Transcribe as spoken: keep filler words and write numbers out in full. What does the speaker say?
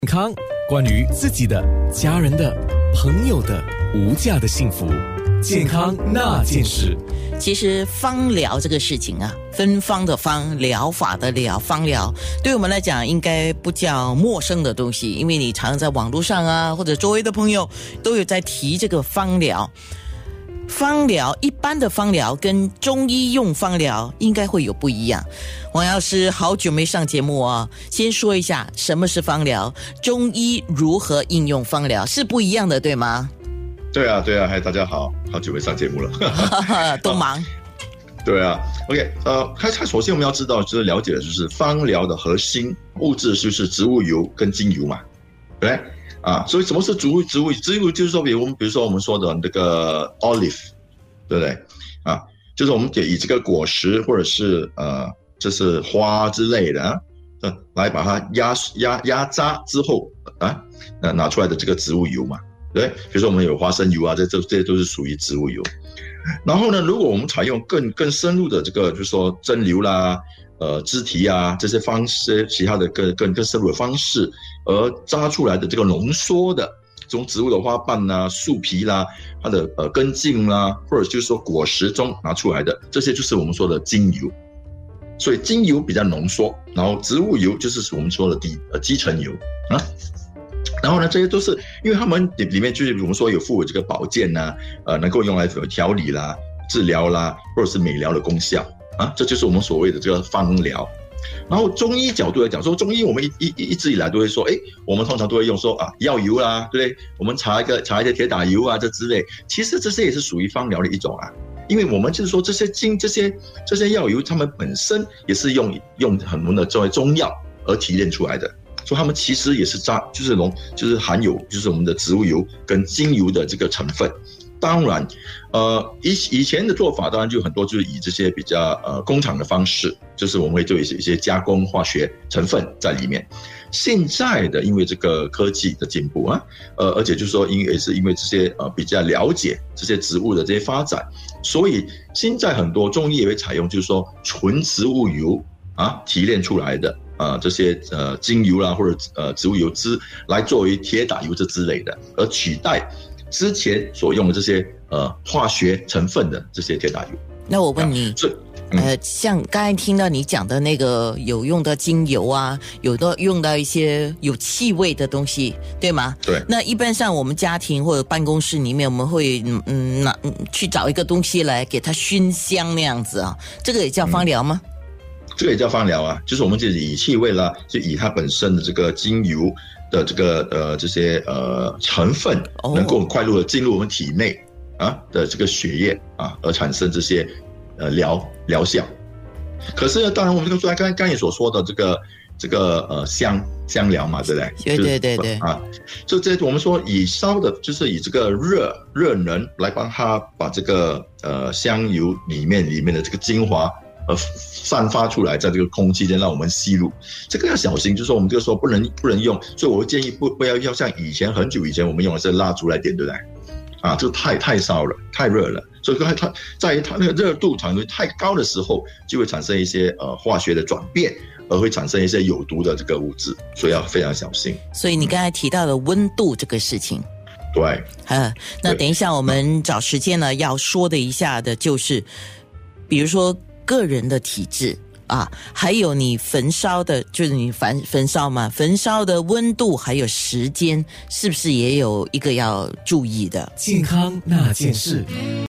健康，关于自己的、家人的、朋友的无价的幸福，健康那件事。 其实芳疗这个事情啊，芬芳的芳，疗法的疗，芳疗对我们来讲应该不叫陌生的东西，因为你常常在网络上啊，或者周围的朋友都有在提这个芳疗。芳疗，一般的芳疗跟中医用芳疗应该会有不一样。王药师好久没上节目哦，先说一下什么是芳疗，中医如何应用芳疗是不一样的，对吗？ 对啊，对啊，嗨，大家好，好久没上节目了， 都忙。 对啊 ，OK， 呃，开始首先我们要知道，就是了解的就是芳疗的核心物质就是植物油跟精油嘛，对不对？啊，所以什么是植物？植物植物就是说，比如我们比如说我们说的那个 olive， 对不对？啊，就是我们以这个果实或者是呃，就是花之类的啊，呃，来把它压压压榨之后啊，呃，拿出来的这个植物油嘛，对不对？比如说我们有花生油啊，这这这些都是属于植物油。然后呢，如果我们采用更更深入的这个，就是说蒸馏啦。呃，枝皮啊，这些方式，其他的更更更深入的方式，而榨出来的这个浓缩的这种植物的花瓣啦、树皮啦、它的呃根茎啦，或者就是说果实中拿出来的，这些就是我们说的精油。所以精油比较浓缩，然后植物油就是我们说的底呃基层油啊。然后呢，这些都是因为它们里面就是我们说有附有这个保健呐、啊，呃，能够用来调理啦、治疗啦，或者是美疗的功效。啊，这就是我们所谓的这个芳疗。然后中医角度来讲，说中医我们一一一直以来都会说，哎，我们通常都会用说啊药油啦，对不对？我们查一个查一些铁打油啊，这之类，其实这些也是属于芳疗的一种啊。因为我们就是说这些精这些这些药油，它们本身也是用用很多的作为中药而提炼出来的，所以它们其实也是扎就是浓就是含有就是我们的植物油跟精油的这个成分。当然，呃，以以前的做法当然就很多，就是以这些比较呃工厂的方式，就是我们会做一些一些加工化学成分在里面。现在的因为这个科技的进步啊，呃，而且就是说，因为是因为这些呃比较了解这些植物的这些发展，所以现在很多中医也会采用就是说纯植物油啊提炼出来的啊、呃、这些呃精油啦或者呃植物油脂来作为铁打油这之类的，而取代之前所用的这些呃化学成分的这些铁打油。 那我问你， 啊嗯、 呃，像刚才听到你讲的那个有用的精油啊，有的用到一些有气味的东西，对吗？ 对。 那一般上我们家庭或者办公室里面，我们会嗯拿嗯去找一个东西来给它熏香那样子啊，这个也叫芳疗吗？ 嗯这个也叫芳疗啊，就是我们就以气味啦，就以它本身的这个精油的这个呃这些呃成分，能够快速的进入我们体内啊的这个血液啊，而产生这些呃疗疗效。可是呢，当然我们这个刚刚刚才所说的这个这个呃香香疗嘛，对不对？ 对对对对啊，就这我们说以烧的，就是以这个热热能来帮它把这个呃香油里面里面的这个精华。呃，散发出来，在这个空气间让我们吸入，这个要小心。就是说，我们这个时候不能不能用，所以我会建议不不要要像以前很久以前我们用的是蜡烛来点，对不对？啊，这太太烧了，太热了，所以它它在于它那个热度产生太高的时候，就会产生一些呃化学的转变，而会产生一些有毒的这个物质，所以要非常小心。 所以你刚才提到的温度这个事情。 对， 呃，那等一下我们找时间呢，要说的一下的就是，比如说。个人的体质啊，还有你焚烧的，就是你焚焚烧嘛，焚烧的温度还有时间，是不是也有一个要注意的？ 健康那件事。